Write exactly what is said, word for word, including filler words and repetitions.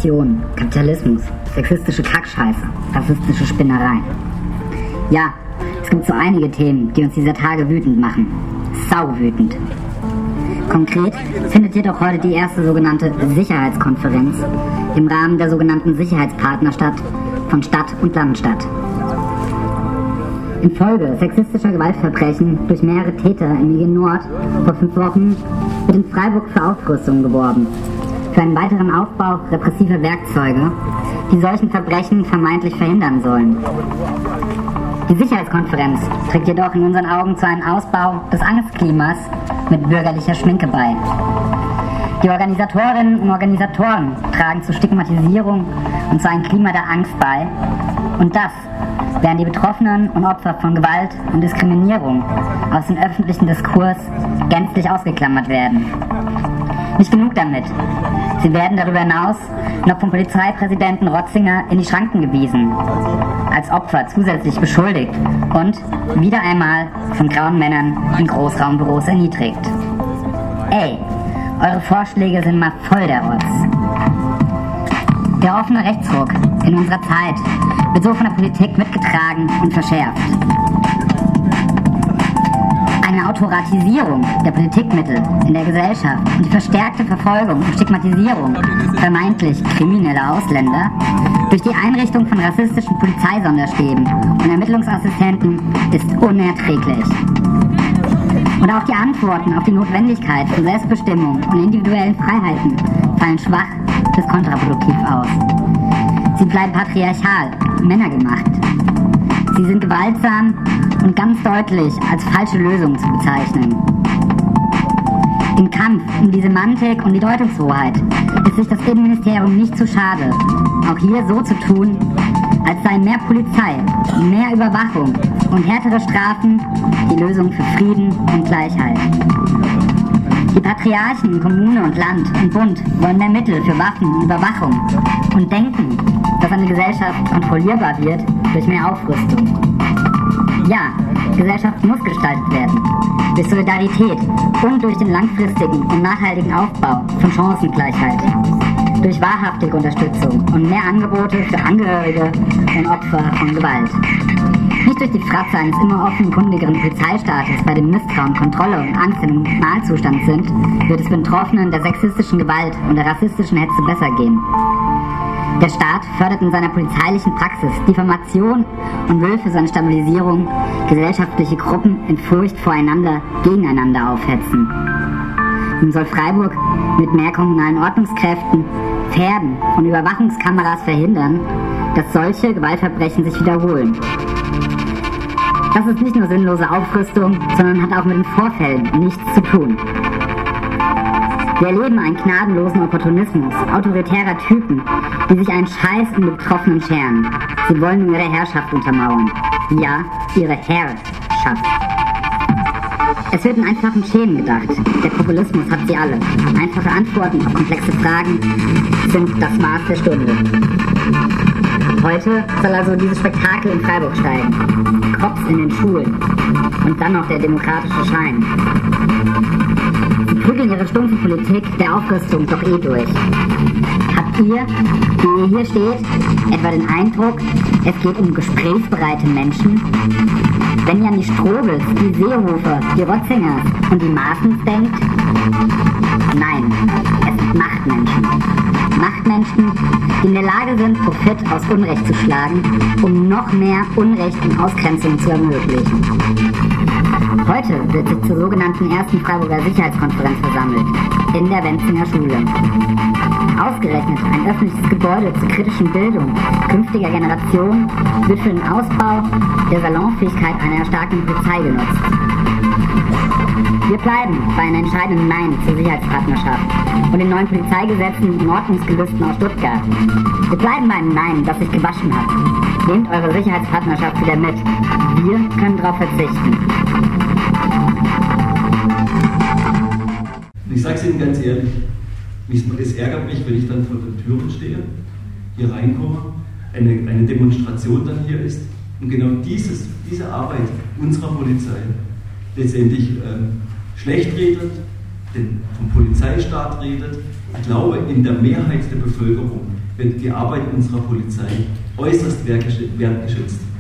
Inflation, Kapitalismus, sexistische Kackscheiße, rassistische Spinnerei. Ja, es gibt so einige Themen, die uns dieser Tage wütend machen. Sauwütend. Konkret findet jedoch heute die erste sogenannte Sicherheitskonferenz im Rahmen der sogenannten Sicherheitspartner statt von Stadt und Land statt. Infolge sexistischer Gewaltverbrechen durch mehrere Täter im I G Nord vor fünf Wochen wird in Freiburg für Aufrüstung geworben. Für einen weiteren Aufbau repressiver Werkzeuge, die solchen Verbrechen vermeintlich verhindern sollen. Die Sicherheitskonferenz trägt jedoch in unseren Augen zu einem Ausbau des Angstklimas mit bürgerlicher Schminke bei. Die Organisatorinnen und Organisatoren tragen zur Stigmatisierung und zu einem Klima der Angst bei. Und das, während die Betroffenen und Opfer von Gewalt und Diskriminierung aus dem öffentlichen Diskurs gänzlich ausgeklammert werden. Nicht genug damit. Sie werden darüber hinaus noch vom Polizeipräsidenten Rotzinger in die Schranken gewiesen, als Opfer zusätzlich beschuldigt und wieder einmal von grauen Männern in Großraumbüros erniedrigt. Ey, eure Vorschläge sind mal voll der Rotz. Der offene Rechtsruck in unserer Zeit wird so von der Politik mitgetragen und verschärft. Eine Autoratisierung der Politikmittel in der Gesellschaft und die verstärkte Verfolgung und Stigmatisierung vermeintlich krimineller Ausländer durch die Einrichtung von rassistischen Polizeisonderstäben und Ermittlungsassistenten ist unerträglich. Und auch die Antworten auf die Notwendigkeit von Selbstbestimmung und individuellen Freiheiten fallen schwach bis kontraproduktiv aus. Sie bleiben patriarchal, männergemacht. Sie sind gewaltsam und ganz deutlich als falsche Lösung zu bezeichnen. Im Kampf um die Semantik und die Deutungshoheit ist sich das Innenministerium nicht zu schade, auch hier so zu tun, als sei mehr Polizei, mehr Überwachung und härtere Strafen die Lösung für Frieden und Gleichheit. Die Patriarchen in Kommune und Land und Bund wollen mehr Mittel für Waffen und Überwachung und denken, dass eine Gesellschaft kontrollierbar wird durch mehr Aufrüstung. Ja, Gesellschaft muss gestaltet werden, durch Solidarität und durch den langfristigen und nachhaltigen Aufbau von Chancengleichheit, durch wahrhaftige Unterstützung und mehr Angebote für Angehörige und Opfer von Gewalt. Nicht durch die Fratze eines immer offenkundigeren Polizeistaates, bei dem Misstrauen, Kontrolle und Angst im Normalzustand sind, wird es Betroffenen der sexistischen Gewalt und der rassistischen Hetze besser gehen. Der Staat fördert in seiner polizeilichen Praxis Diffamation und will für seine Stabilisierung gesellschaftliche Gruppen in Furcht voreinander gegeneinander aufhetzen. Nun soll Freiburg mit mehr kommunalen Ordnungskräften, Pferden und Überwachungskameras verhindern, dass solche Gewaltverbrechen sich wiederholen. Das ist nicht nur sinnlose Aufrüstung, sondern hat auch mit den Vorfällen nichts zu tun. Wir erleben einen gnadenlosen Opportunismus autoritärer Typen, die sich einen Scheiß um die Betroffenen scheren. Sie wollen nur ihre Herrschaft untermauern. Ja, ihre Herrschaft. Es wird in einfachen Schemen gedacht. Der Populismus hat sie alle. Einfache Antworten auf komplexe Fragen sind das Maß der Stunde. Heute soll also dieses Spektakel in Freiburg steigen. Cops in den Schulen. Und dann noch der demokratische Schein. Sie prügeln ihre stumpfe Politik der Aufrüstung doch eh durch. Habt ihr, wie ihr hier steht, etwa den Eindruck, es geht um gesprächsbereite Menschen? Wenn ihr an die Strobels, die Seehofer, die Rotzingers und die Maaßens denkt? Nein, es sind Machtmenschen. Machtmenschen, die in der Lage sind, Profit aus Unrecht zu schlagen, um noch mehr Unrecht und Ausgrenzung zu ermöglichen. Heute wird sich zur sogenannten ersten Freiburger Sicherheitskonferenz versammelt, in der Wenzinger Schule. Ausgerechnet ein öffentliches Gebäude zur kritischen Bildung künftiger Generationen wird für den Ausbau der Salonfähigkeit einer erstarkten Polizei genutzt. Wir bleiben bei einem entscheidenden Nein zur Sicherheitspartnerschaft und den neuen Polizeigesetzen und Ordnungsgelüsten aus Stuttgart. Wir bleiben beim Nein, das sich gewaschen hat. Nehmt eure Sicherheitspartnerschaft wieder mit. Wir können darauf verzichten. Ich sage es Ihnen ganz ehrlich, es ärgert mich, wenn ich dann vor den Türen stehe, hier reinkomme, eine, eine Demonstration dann hier ist und genau dieses, diese Arbeit unserer Polizei letztendlich ähm, schlecht redet, den, vom Polizeistaat redet. Ich glaube, in der Mehrheit der Bevölkerung wird die Arbeit unserer Polizei äußerst wertgeschätzt.